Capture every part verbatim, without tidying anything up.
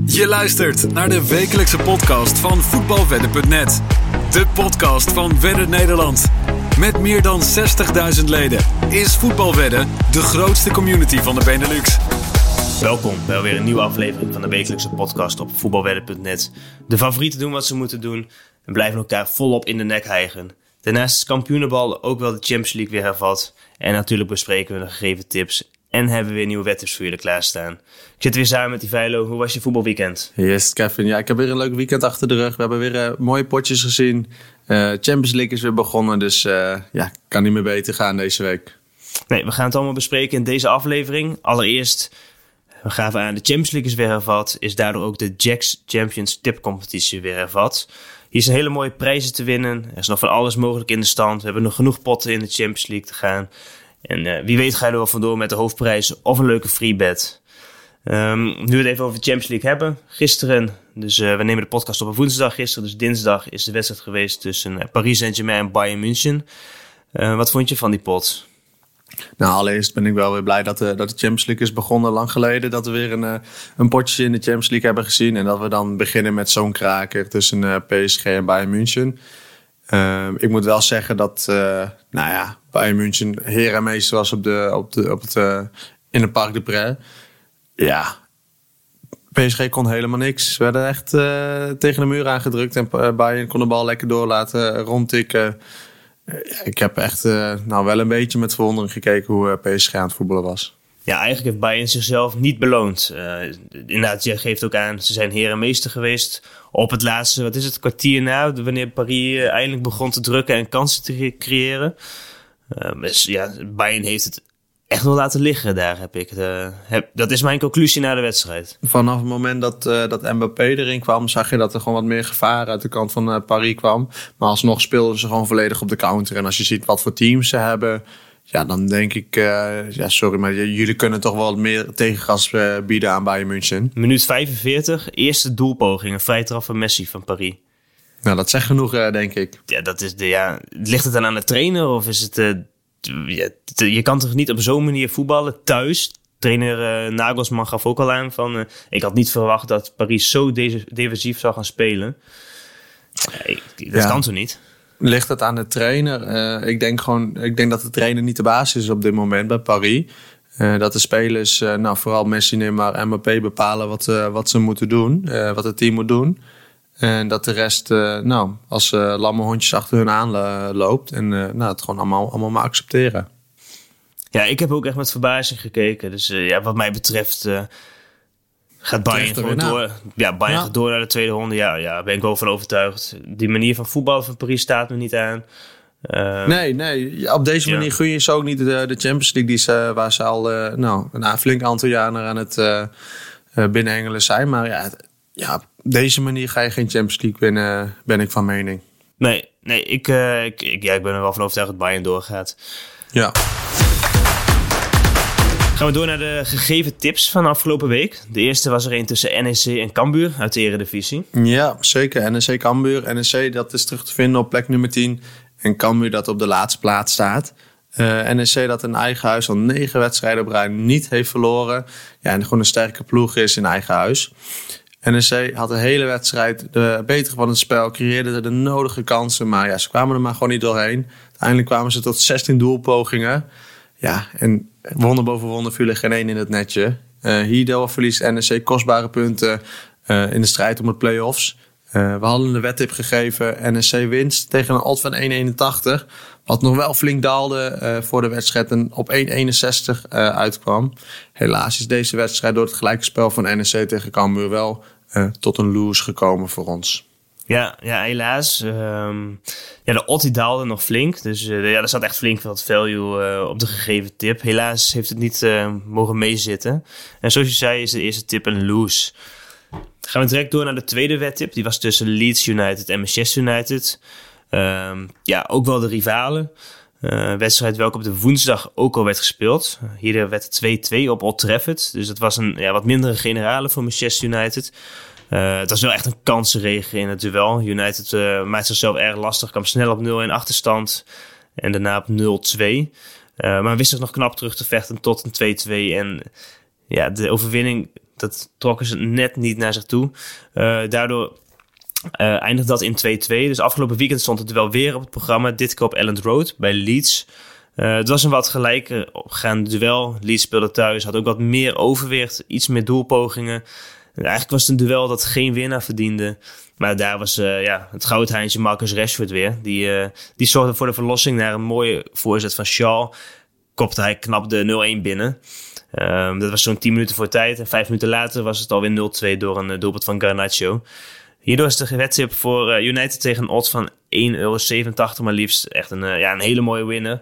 Je luistert naar de wekelijkse podcast van voetbalwedden punt net. De podcast van Wedden Nederland. Met meer dan zestigduizend leden is Voetbalwedden de grootste community van de Benelux. Welkom bij alweer een nieuwe aflevering van de wekelijkse podcast op voetbalwedden punt net. De favorieten doen wat ze moeten doen en blijven elkaar volop in de nek hijgen. Daarnaast is kampioenenbal ook wel de Champions League weer hervat. En natuurlijk bespreken we de gegeven tips en hebben we weer nieuwe wedtips voor jullie klaarstaan. Ik zit weer samen met Ivailo. Hoe was je voetbalweekend? Yes, Kevin. Ja, ik heb weer een leuk weekend achter de rug. We hebben weer uh, mooie potjes gezien. Uh, Champions League is weer begonnen, dus uh, ja, kan niet meer beter gaan deze week. Nee, we gaan het allemaal bespreken in deze aflevering. Allereerst, we gaven aan, de Champions League is weer hervat. Is daardoor ook de Jacks Champions tipcompetitie weer hervat. Hier zijn hele mooie prijzen te winnen. Er is nog van alles mogelijk in de stand. We hebben nog genoeg potten in de Champions League te gaan. En uh, wie weet ga je er wel vandoor met de hoofdprijs of een leuke free bet. Um, nu we het even over de Champions League hebben. Gisteren, dus uh, we nemen de podcast op een woensdag. Gisteren, dus dinsdag, is de wedstrijd geweest tussen uh, Paris Saint-Germain en Bayern München. Uh, wat vond je van die pot? Nou, allereerst ben ik wel weer blij dat de, dat de Champions League is begonnen. Lang geleden dat we weer een, uh, een potje in de Champions League hebben gezien. En dat we dan beginnen met zo'n kraker tussen uh, P S G en Bayern München. Uh, ik moet wel zeggen dat, uh, nou ja, Bayern München heer en meester was op de, op de, op het, uh, in het Parc des Princes. Ja, P S G kon helemaal niks. Ze werden echt uh, tegen de muur aangedrukt. En uh, Bayern kon de bal lekker door laten rondtikken. Uh, ik heb echt uh, nou wel een beetje met verwondering gekeken hoe uh, P S G aan het voetballen was. Ja, eigenlijk heeft Bayern zichzelf niet beloond. Uh, inderdaad, je geeft ook aan, ze zijn heer en meester geweest. Op het laatste, wat is het, kwartier na, wanneer Paris uh, eindelijk begon te drukken en kansen te creëren. Uh, dus ja, Bayern heeft het echt wel laten liggen daar, heb ik. Uh, heb, dat is mijn conclusie na de wedstrijd. Vanaf het moment dat, uh, dat Mbappé erin kwam, zag je dat er gewoon wat meer gevaar uit de kant van uh, Paris kwam. Maar alsnog speelden ze gewoon volledig op de counter. En als je ziet wat voor teams ze hebben, ja, dan denk ik, uh, ja, sorry, maar j- jullie kunnen toch wel wat meer tegengas uh, bieden aan Bayern München. Minuut vijfenveertig, eerste doelpoging, een vrije trap van Messi van Paris. Nou, dat zegt genoeg, uh, denk ik. Ja, dat is de, ja, ligt het dan aan de trainer of is het, uh, ja, t- je kan toch niet op zo'n manier voetballen thuis? Trainer uh, Nagelsman gaf ook al aan van, uh, ik had niet verwacht dat Paris zo de- defensief zou gaan spelen. Ja, dat ja. kan toch niet? Ligt het aan de trainer? Uh, ik denk gewoon, ik denk dat de trainer niet de basis is op dit moment bij Paris. Uh, dat de spelers, uh, nou vooral Messi, Neymar en Mbappé bepalen wat, uh, wat ze moeten doen, uh, wat het team moet doen. En dat de rest, uh, nou, als uh, lamme hondjes achter hun aan uh, loopt. En uh, nou, het gewoon allemaal, allemaal maar accepteren. Ja, ik heb ook echt met verbazing gekeken. Dus uh, ja, wat mij betreft uh, gaat Bayern gewoon door. Ja, Bayern ja. gaat door naar de tweede ronde. Ja, ja, ben ik wel van overtuigd. Die manier van voetballen van Paris staat me niet aan. Uh, nee, nee. Op deze manier ja. gun je ze ook niet de, de Champions League, die ze, waar ze al uh, nou, een flink aantal jaren aan het uh, uh, binnenhengelen zijn. Maar ja, ja, op deze manier ga je geen Champions League winnen, ben ik van mening. Nee, nee ik, uh, ik, ik, ja, ik ben er wel van overtuigd dat Bayern doorgaat. Ja. Gaan we door naar de gegeven tips van de afgelopen week. De eerste was er een tussen N E C en Cambuur uit de Eredivisie. Ja, zeker. N E C Cambuur. N E C dat is terug te vinden op plek nummer tien. En Cambuur dat op de laatste plaats staat. Uh, N E C dat in eigen huis al negen wedstrijden op rij niet heeft verloren. Ja, en gewoon een sterke ploeg is in eigen huis. N E C had de hele wedstrijd de betere van het spel, creëerde de nodige kansen. Maar ja, ze kwamen er maar gewoon niet doorheen. Uiteindelijk kwamen ze tot zestien doelpogingen. Ja, en wonder boven wonder viel er geen één in het netje. Uh, hierdoor verliest N E C kostbare punten uh, in de strijd om de play-offs. Uh, we hadden de wedtip gegeven. N E C winst tegen een odd van één komma eenentachtig. Wat nog wel flink daalde uh, voor de wedstrijd en op één komma eenenzestig uh, uitkwam. Helaas is deze wedstrijd door het gelijke spel van N E C tegen Cambuur wel uh, tot een lose gekomen voor ons. Ja, ja, helaas. Um, ja, de odd die daalde nog flink. Dus uh, ja, er zat echt flink wat value uh, op de gegeven tip. Helaas heeft het niet uh, mogen meezitten. En zoals je zei is de eerste tip een lose. Gaan we direct door naar de tweede wedtip. Die was tussen Leeds United en Manchester United. Um, ja, ook wel de rivalen. Uh, wedstrijd welke op de woensdag ook al werd gespeeld. Hier werd het twee-twee op Old Trafford. Dus dat was een ja, wat mindere generale voor Manchester United. Uh, het was wel echt een kansenregen in het duel. United uh, maakte zichzelf erg lastig, kwam snel op nul in achterstand en daarna op nul-twee. Uh, maar wist zich nog knap terug te vechten tot een twee-twee. En ja, de overwinning Dat trokken ze net niet naar zich toe. Uh, daardoor uh, eindigt dat in twee-twee. Dus afgelopen weekend stond het wel weer op het programma. Dit keer op Elland Road bij Leeds. Uh, het was een wat gelijker opgaande duel. Leeds speelde thuis, had ook wat meer overwicht. Iets meer doelpogingen. En eigenlijk was het een duel dat geen winnaar verdiende. Maar daar was uh, ja, het goudhaantje Marcus Rashford weer. Die, uh, die zorgde voor de verlossing naar een mooie voorzet van Shaw. Kopte hij knap de nul-een binnen. Uh, dat was zo'n tien minuten voor tijd. En vijf minuten later was het alweer nul-twee door een uh, doelpunt van Garnacho. Hierdoor is de wedstrijd voor uh, United tegen een odds van één euro zevenentachtig. Maar liefst echt een, uh, ja, een hele mooie winner.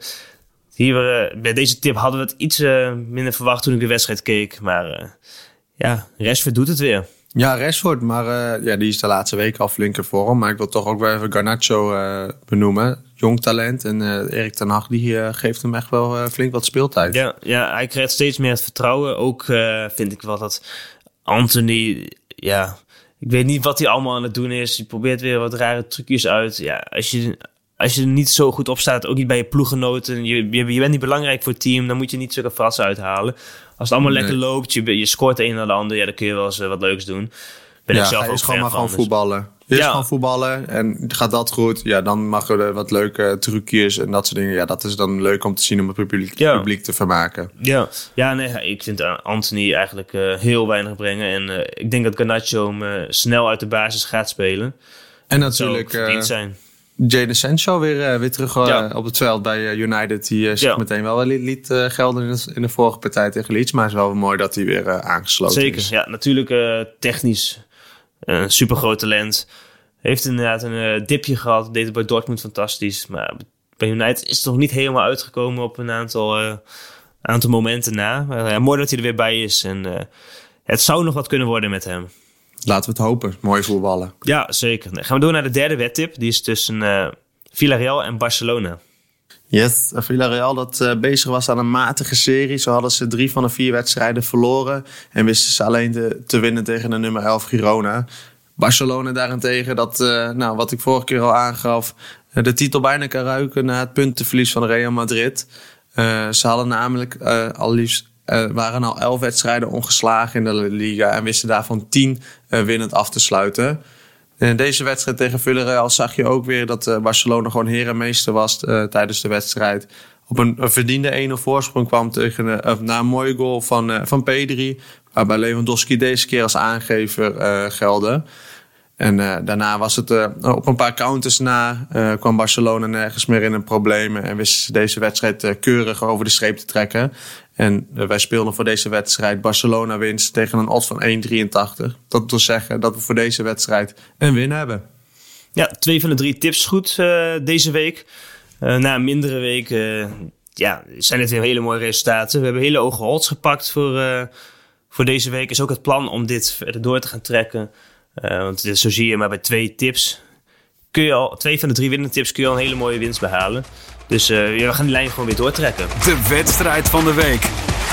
Hier, uh, bij deze tip hadden we het iets uh, minder verwacht toen ik de wedstrijd keek. Maar uh, ja, Rashford doet het weer. Ja, Rashford, maar uh, ja, die is de laatste weken al flink in vorm. Maar ik wil toch ook wel even Garnacho uh, benoemen. Jong talent. En uh, Erik ten Hag die uh, geeft hem echt wel uh, flink wat speeltijd. Ja, ja, hij krijgt steeds meer het vertrouwen. Ook uh, vind ik wel dat Anthony, ja, ik weet niet wat hij allemaal aan het doen is. Hij probeert weer wat rare trucjes uit. Ja, als je, als je er niet zo goed op staat, ook niet bij je ploeggenoten. Je, je, je bent niet belangrijk voor het team, dan moet je niet zulke fratsen uithalen. Als het allemaal nee. lekker loopt, je, je scoort de een naar de ander, ja, dan kun je wel eens uh, wat leuks doen. Ben ja, ik zelf ga ook gewoon maar van, gewoon dus. voetballen. Eerst ja. gewoon voetballen en gaat dat goed, ja, dan mag er wat leuke trucjes en dat soort dingen. Ja, dat is dan leuk om te zien om het publiek, ja. publiek te vermaken. Ja, ja nee, ik vind Anthony eigenlijk uh, heel weinig brengen. En uh, ik denk dat Garnacho hem uh, snel uit de basis gaat spelen. En natuurlijk uh, zijn. Jadon Sancho weer, uh, weer terug uh, ja. op het veld bij uh, United. Die uh, zich ja. meteen wel liet, liet uh, gelden in de, in de vorige partij tegen Leeds. Maar het is wel mooi dat hij weer uh, aangesloten Zeker, is. Zeker, ja. Natuurlijk uh, technisch een uh, supergroot talent. Heeft inderdaad een uh, dipje gehad. Deed het bij Dortmund fantastisch. Maar bij United is het nog niet helemaal uitgekomen op een aantal, uh, aantal momenten na. Maar, uh, mooi dat hij er weer bij is. En uh, het zou nog wat kunnen worden met hem. Laten we het hopen. Mooi voetballen. Ja, zeker. Dan gaan we door naar de derde wedtip. Die is tussen uh, Villarreal en Barcelona. Yes, Villarreal dat uh, bezig was aan een matige serie. Zo hadden ze drie van de vier wedstrijden verloren. En wisten ze alleen de, te winnen tegen de nummer elf Girona. Barcelona daarentegen, dat, uh, nou, wat ik vorige keer al aangaf, uh, de titel bijna kan ruiken na het puntenverlies van Real Madrid. Uh, ze hadden namelijk uh, al liefst Uh, waren al elf wedstrijden ongeslagen in de Liga en wisten daarvan tien uh, winnend af te sluiten. In deze wedstrijd tegen Villarreal zag je ook weer dat uh, Barcelona gewoon herenmeester was uh, tijdens de wedstrijd. Op een, een verdiende één nul voorsprong kwam tegen, uh, na een mooie goal van, uh, van Pedri, waarbij Lewandowski deze keer als aangever uh, geldde. En uh, daarna was het uh, op een paar counters na uh, kwam Barcelona nergens meer in een problemen en wisten ze deze wedstrijd uh, keurig over de streep te trekken. En uh, wij speelden voor deze wedstrijd Barcelona winst tegen een odds van één komma drieëntachtig. Dat wil zeggen dat we voor deze wedstrijd een win hebben. Ja, twee van de drie tips goed uh, deze week. Uh, na een mindere week uh, ja, zijn het weer hele mooie resultaten. We hebben hele hoge odds gepakt voor, uh, voor deze week. Is ook het plan om dit verder door te gaan trekken. Uh, want dit, zo zie je maar bij twee tips kun je al, twee van de drie winnende tips kun je al een hele mooie winst behalen. Dus uh, ja, we gaan die lijn gewoon weer doortrekken. De wedstrijd van de week.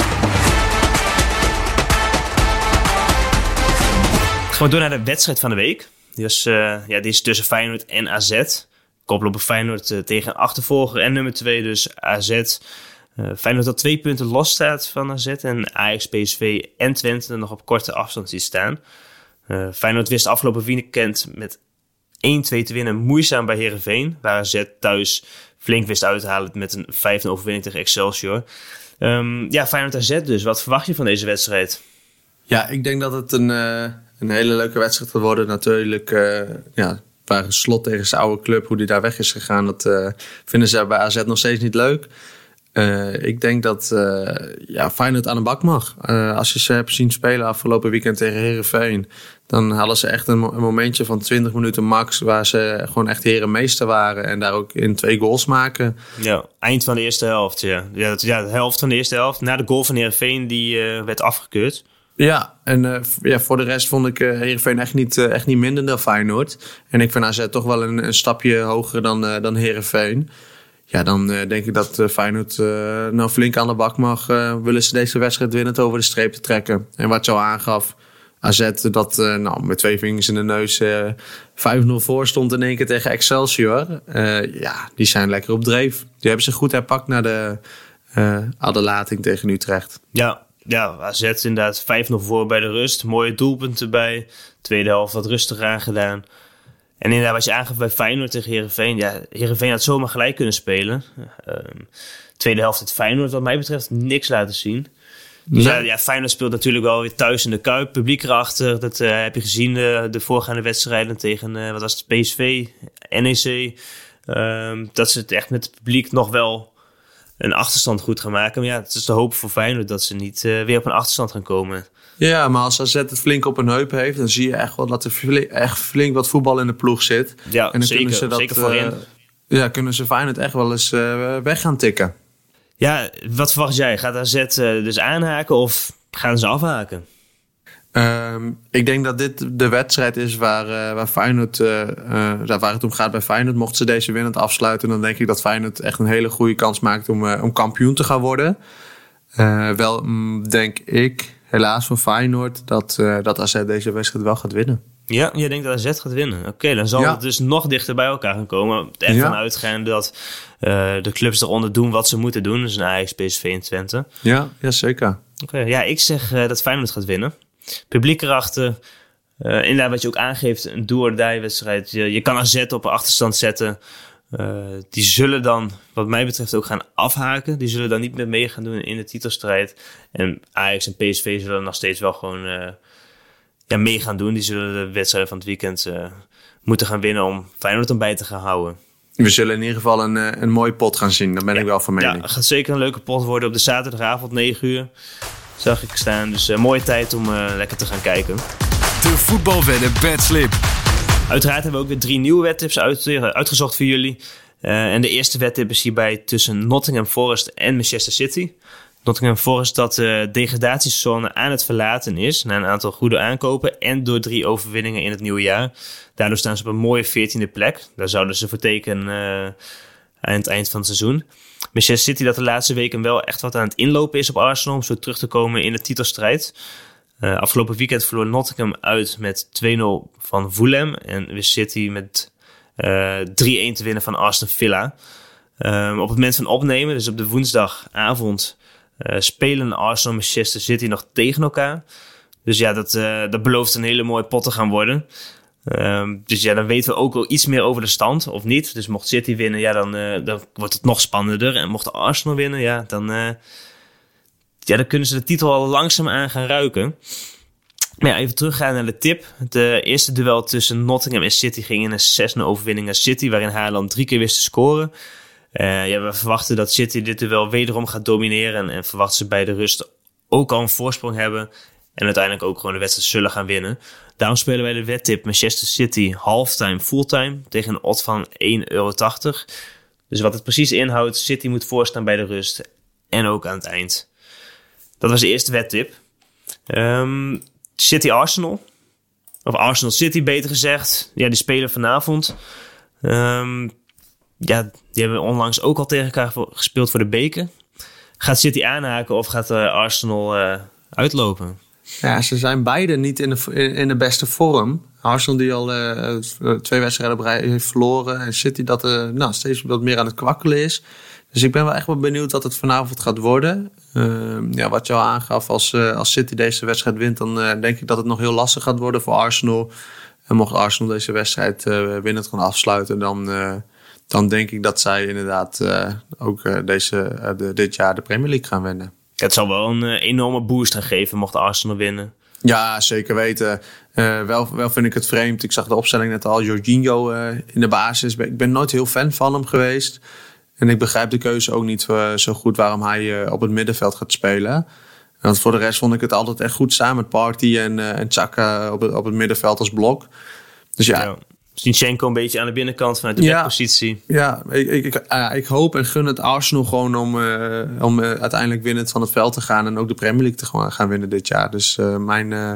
Gaan we door naar de wedstrijd van de week. Die, was, uh, ja, die is tussen Feyenoord en A Z. Koploper Feyenoord uh, tegen achtervolger en nummer twee dus A Z. Uh, Feyenoord dat twee punten los staat van A Z en Ajax, P S V en Twente nog op korte afstand ziet staan. Uh, Feyenoord wist afgelopen weekend met één-twee te winnen, moeizaam bij Heerenveen, waar A Z thuis flink wist uit te halen met een vijf nul overwinning tegen Excelsior. Um, ja, Feyenoord A Z dus. Wat verwacht je van deze wedstrijd? Ja, ik denk dat het een, uh, een hele leuke wedstrijd gaat worden. Natuurlijk, uh, ja, waar Slot tegen zijn oude club, hoe die daar weg is gegaan, dat uh, vinden ze bij A Z nog steeds niet leuk. Uh, ik denk dat uh, ja, Feyenoord aan de bak mag. Uh, als je ze hebt zien spelen afgelopen weekend tegen Heerenveen, dan hadden ze echt een, mo- een momentje van twintig minuten max, waar ze gewoon echt herenmeester waren en daar ook in twee goals maken. Ja, eind van de eerste helft. Ja, ja, dat, ja de helft van de eerste helft. Na de goal van Heerenveen, die uh, werd afgekeurd. Ja, en uh, ja, voor de rest vond ik uh, Heerenveen echt niet, uh, echt niet minder dan Feyenoord. En ik vind A Z toch wel een, een stapje hoger dan, uh, dan Heerenveen. Ja, dan uh, denk ik dat uh, Feyenoord uh, nou flink aan de bak mag. Uh, willen ze deze wedstrijd winnen over de streep te trekken. En wat je al aangaf, A Z dat uh, nou, met twee vingers in de neus uh, vijf nul voor stond in één keer tegen Excelsior. Uh, ja, die zijn lekker op dreef. Die hebben ze goed herpakt na de uh, aderlating tegen Utrecht. Ja, ja, A Z inderdaad vijf nul voor bij de rust. Mooie doelpunten erbij. Tweede helft wat rustiger aangedaan. En inderdaad, wat je aangaf bij Feyenoord tegen Heerenveen. Ja, Heerenveen had zomaar gelijk kunnen spelen. Um, tweede helft het Feyenoord wat mij betreft niks laten zien. Dus nee. ja, ja, Feyenoord speelt natuurlijk wel weer thuis in de Kuip. Publiek erachter. Dat uh, heb je gezien de, de voorgaande wedstrijden tegen uh, wat was het, P S V, N E C. Um, dat ze het echt met het publiek nog wel een achterstand goed gaan maken. Maar ja, het is de hoop voor Feyenoord dat ze niet uh, weer op een achterstand gaan komen. Ja, maar als A Z het flink op hun heup heeft, dan zie je echt wel dat er flink, echt flink wat voetbal in de ploeg zit. Ja, en dan zeker, kunnen ze dat, zeker voorin. Uh, ja, kunnen ze Feyenoord echt wel eens uh, weg gaan tikken. Ja, wat verwacht jij? Gaat A Z uh, dus aanhaken of gaan ze afhaken? Um, ik denk dat dit de wedstrijd is waar, uh, waar, Feyenoord, uh, uh, waar het om gaat bij Feyenoord. Mocht ze deze winnend afsluiten, dan denk ik dat Feyenoord echt een hele goede kans maakt om, uh, om kampioen te gaan worden. Uh, wel mm, denk ik, helaas voor Feyenoord, dat, uh, dat A Z deze wedstrijd wel gaat winnen. Ja, je denkt dat A Z gaat winnen. Oké, okay, dan zal ja. het dus nog dichter bij elkaar gaan komen. Er ja. van uitgaan dat uh, de clubs eronder doen wat ze moeten doen. Dus een Ajax, P S V en Twente. Ja, ja zeker. Oké, okay, ja, ik zeg uh, dat Feyenoord gaat winnen. Publiek erachter. Uh, inderdaad, wat je ook aangeeft, een do-or-die wedstrijd. Je, je kan A Z op een achterstand zetten. Uh, die zullen dan, wat mij betreft, ook gaan afhaken. Die zullen dan niet meer mee gaan doen in de titelstrijd. En Ajax en P S V zullen nog steeds wel gewoon uh, ja, mee gaan doen. Die zullen de wedstrijden van het weekend uh, moeten gaan winnen om Feyenoord erbij te gaan houden. We zullen in ieder geval een, een mooie pot gaan zien. Daar ben ja, ik wel van mening. Ja, het gaat zeker een leuke pot worden op de zaterdagavond, negen uur. Zag ik staan. Dus uh, mooie tijd om uh, lekker te gaan kijken. De voetbalwedden bedslip. Uiteraard hebben we ook weer drie nieuwe wedtips uit, uitgezocht voor jullie. Uh, en de eerste wedtip is hierbij tussen Nottingham Forest en Manchester City. Nottingham Forest dat de degradatiezone aan het verlaten is. Na een aantal goede aankopen en door drie overwinningen in het nieuwe jaar. Daardoor staan ze op een mooie veertiende plek. Daar zouden ze voor tekenen uh, aan het eind van het seizoen. Manchester City dat de laatste weken wel echt wat aan het inlopen is op Arsenal om zo terug te komen in de titelstrijd. Uh, afgelopen weekend verloor Nottingham uit met twee nul van Fulham en wist City met uh, drie-een te winnen van Aston Villa. Uh, op het moment van opnemen, dus op de woensdagavond, uh, spelen Arsenal en Manchester City nog tegen elkaar. Dus ja, dat, uh, dat belooft een hele mooie pot te gaan worden. Um, dus ja, dan weten we ook wel iets meer over de stand, of niet. Dus mocht City winnen, ja, dan, uh, dan wordt het nog spannender. En mocht Arsenal winnen, ja, dan, uh, ja, dan kunnen ze de titel al langzaam aan gaan ruiken. Maar ja, even teruggaan naar de tip. Het uh, eerste duel tussen Nottingham en City ging in een zes nul overwinning naar City, waarin Haaland drie keer wist te scoren. Uh, ja, we verwachten dat City dit duel wederom gaat domineren en, en verwachten ze bij de rust ook al een voorsprong hebben. En uiteindelijk ook gewoon de wedstrijd zullen gaan winnen. Daarom spelen wij de wedtip Manchester City halftime fulltime tegen een odd van één euro tachtig. Dus wat het precies inhoudt, City moet voorstaan bij de rust en ook aan het eind. Dat was de eerste wedtip. Um, City Arsenal. Of Arsenal City beter gezegd. Ja, die spelen vanavond. Um, ja, die hebben onlangs ook al tegen elkaar gespeeld voor de beker. Gaat City aanhaken of gaat uh, Arsenal uh, uitlopen? Ja, ze zijn beide niet in de, in de beste vorm. Arsenal die al uh, twee wedstrijden op rij heeft verloren. En City dat uh, nou, steeds wat meer aan het kwakkelen is. Dus ik ben wel echt wel benieuwd wat het vanavond gaat worden. Uh, ja, wat je al aangaf, als, uh, als City deze wedstrijd wint, dan uh, denk ik dat het nog heel lastig gaat worden voor Arsenal. En mocht Arsenal deze wedstrijd uh, winnend gaan afsluiten, dan, uh, dan denk ik dat zij inderdaad uh, ook uh, deze, uh, de, dit jaar de Premier League gaan winnen. Het zal wel een uh, enorme boost gaan geven mocht Arsenal winnen. Ja, zeker weten. Uh, wel, wel vind ik het vreemd. Ik zag de opstelling net al. Jorginho uh, in de basis. Ik ben nooit heel fan van hem geweest. En ik begrijp de keuze ook niet uh, zo goed waarom hij uh, op het middenveld gaat spelen. Want voor de rest vond ik het altijd echt goed samen met Partey en, uh, en Xhaka op het, op het middenveld als blok. Dus ja... ja. Zinchenko een beetje aan de binnenkant vanuit de ja, backpositie. Ja, ik, ik, ik, uh, ik hoop en gun het Arsenal gewoon om, uh, om uh, uiteindelijk winnend van het veld te gaan. En ook de Premier League te gewoon gaan winnen dit jaar. Dus uh, mijn, uh,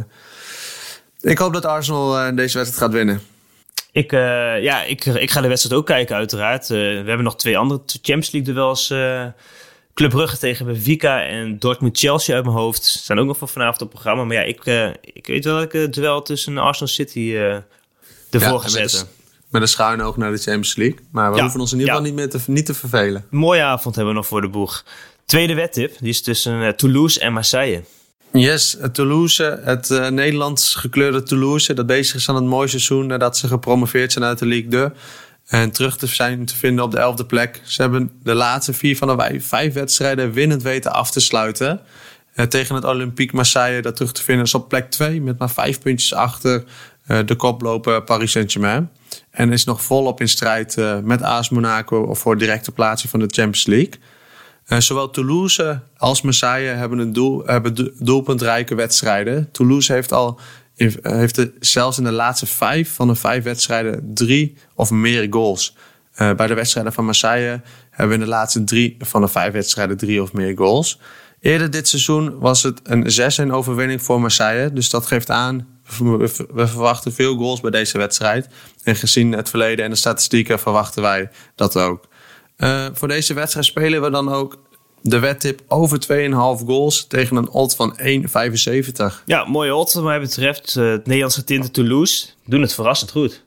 ik hoop dat Arsenal uh, deze wedstrijd gaat winnen. Ik, uh, ja, ik, ik ga de wedstrijd ook kijken uiteraard. Uh, we hebben nog twee andere Champions League duels. Uh, Club Brugge tegen Benfica en Dortmund-Chelsea uit mijn hoofd. Staan ook nog voor vanavond op het programma. Maar ja, ik, uh, ik weet wel dat ik het duel tussen Arsenal City... Uh, ervoor ja, zetten. Met, met een schuine oog naar de Champions League. Maar we ja, hoeven ons in ieder geval ja. niet, meer te, niet te vervelen. Mooie avond hebben we nog voor de boeg. Tweede wedtip, die is tussen uh, Toulouse en Marseille. Yes, Toulouse, het uh, Nederlands gekleurde Toulouse, dat bezig is aan het mooie seizoen nadat ze gepromoveerd zijn uit de Ligue twee. En terug te zijn te vinden op de elfde plek. Ze hebben de laatste vier van de vijf wedstrijden winnend weten af te sluiten. Uh, tegen het Olympique Marseille, dat terug te vinden is op plek twee met maar vijf puntjes achter uh, de koploper Paris Saint-Germain. En is nog volop in strijd uh, met A S Monaco voor directe plaatsing van de Champions League. Uh, zowel Toulouse als Marseille hebben, een doel, hebben doelpuntrijke wedstrijden. Toulouse heeft al in, uh, heeft er zelfs in de laatste vijf van de vijf wedstrijden drie of meer goals. Uh, bij de wedstrijden van Marseille hebben we in de laatste drie van de vijf wedstrijden drie of meer goals. Eerder dit seizoen was het een zes-een overwinning voor Marseille. Dus dat geeft aan, we verwachten veel goals bij deze wedstrijd. En gezien het verleden en de statistieken verwachten wij dat ook. Uh, voor deze wedstrijd spelen we dan ook de wedtip over twee komma vijf goals tegen een odd van één komma vijfenzeventig. Ja, mooie odd wat mij betreft. Uh, het Nederlands getinte Toulouse doen het verrassend goed.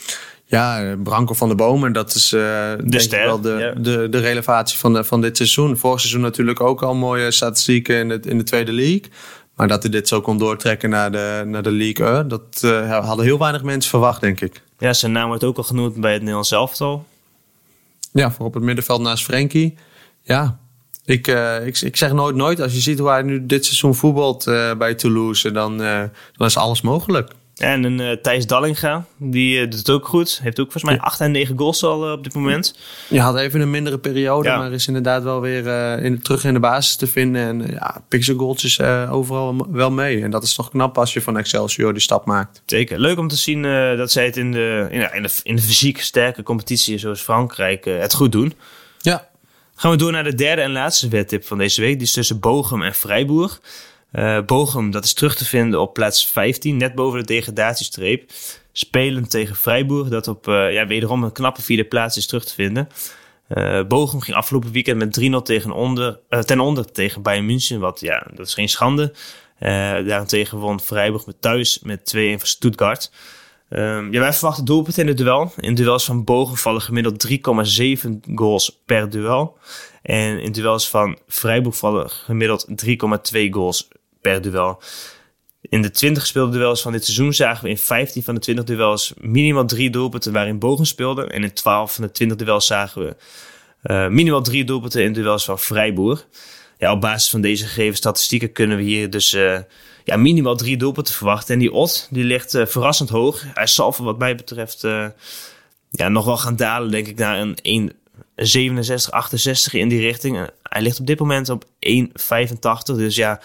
Ja, Branko van der Bomen, dat is uh, de denk ster, ik wel de, ja. de, de relevatie van, de, van dit seizoen. Vorig seizoen natuurlijk ook al mooie statistieken in de, in de tweede league. Maar dat hij dit zo kon doortrekken naar de, naar de League een, dat uh, hadden heel weinig mensen verwacht, denk ik. Ja, zijn naam wordt ook al genoemd bij het Nederlands elftal. Ja, voor op het middenveld naast Frenkie. Ja, ik, uh, ik, ik zeg nooit nooit. Als je ziet hoe hij nu dit seizoen voetbalt uh, bij Toulouse, dan, uh, dan is alles mogelijk. En een uh, Thijs Dallinga, die uh, doet het ook goed. Heeft ook volgens mij acht en negen goals al uh, op dit moment. Je had even een mindere periode, ja. maar is inderdaad wel weer uh, in, terug in de basis te vinden. En uh, ja, pikt zijn goaltjes uh, overal wel mee. En dat is toch knap als je van Excelsior die stap maakt. Zeker. Leuk om te zien uh, dat zij het in de, in, in, de, in de fysiek sterke competitie zoals Frankrijk uh, het goed doen. Ja. Gaan we door naar de derde en laatste wedtip van deze week. Die is tussen Bochum en Freiburg. Uh, Bochum, dat is terug te vinden op plaats vijftien, net boven de degradatiestreep. Spelend tegen Freiburg, dat op uh, ja, wederom een knappe vierde plaats is terug te vinden. Uh, Bochum ging afgelopen weekend met drie nul tegen onder, uh, ten onder tegen Bayern München. Wat, ja, dat is geen schande. Uh, daarentegen won Freiburg met thuis met twee-een van Stuttgart. Um, ja, wij verwachten doelpunten in het duel. In duels van Bochum vallen gemiddeld drie komma zeven goals per duel. En in duels van Freiburg vallen gemiddeld drie komma twee goals per duel. In de twintig gespeelde duels van dit seizoen zagen we in vijftien van de twintig duels minimaal drie doelpunten waarin Bochum speelde. En in twaalf van de twintig duels zagen we uh, minimaal drie doelpunten in duels van Freiburg. Ja, op basis van deze gegeven statistieken kunnen we hier dus uh, ja, minimaal drie doelpunten verwachten. En die odd die ligt uh, verrassend hoog. Hij zal wat mij betreft uh, ja, nog wel gaan dalen, denk ik, naar een één komma zevenenzestig, achtenzestig in die richting. Uh, hij ligt op dit moment op één komma vijfentachtig. Dus ja,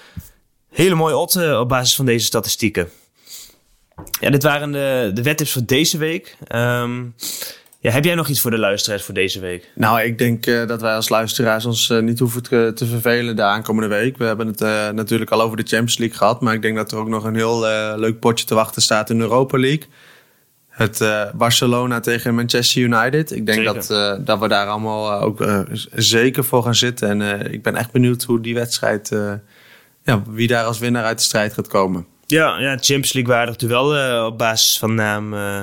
hele mooie odd uh, op basis van deze statistieken. Ja, dit waren de, de wedtips voor deze week. Um, ja, heb jij nog iets voor de luisteraars voor deze week? Nou, ik denk uh, dat wij als luisteraars ons uh, niet hoeven te, te vervelen de aankomende week. We hebben het uh, natuurlijk al over de Champions League gehad. Maar ik denk dat er ook nog een heel uh, leuk potje te wachten staat in de Europa League. Het uh, Barcelona tegen Manchester United. Ik denk dat, uh, dat we daar allemaal uh, ook uh, zeker voor gaan zitten. En uh, ik ben echt benieuwd hoe die wedstrijd, uh, ja, wie daar als winnaar uit de strijd gaat komen. Ja, ja, Champions League waardig duel uh, op basis van naam. Uh...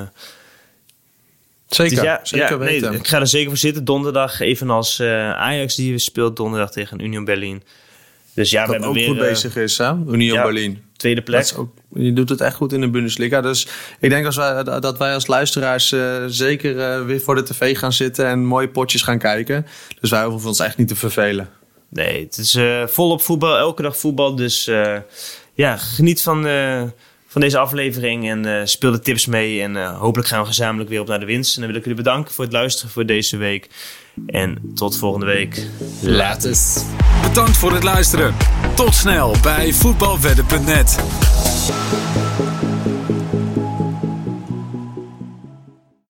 Zeker, dus ja, zeker ja, weten. Nee, ik ga er zeker voor zitten. Donderdag, evenals uh, Ajax die speelt donderdag tegen Union Berlin. Dus ja, dat we hebben ook weer, goed uh, bezig is, hè? Union ja, Berlin. Tweede plek. Dat is ook, je doet het echt goed in de Bundesliga. Dus ik denk als wij, dat wij als luisteraars uh, zeker uh, weer voor de tv gaan zitten en mooie potjes gaan kijken. Dus wij hoeven ons echt niet te vervelen. Nee, het is uh, volop voetbal, elke dag voetbal. Dus uh, ja, geniet van, uh, van deze aflevering en uh, speel de tips mee. En uh, hopelijk gaan we gezamenlijk weer op naar de winst. En dan wil ik jullie bedanken voor het luisteren voor deze week. En tot volgende week. Later. Bedankt voor het luisteren. Tot snel bij voetbalwedden punt net.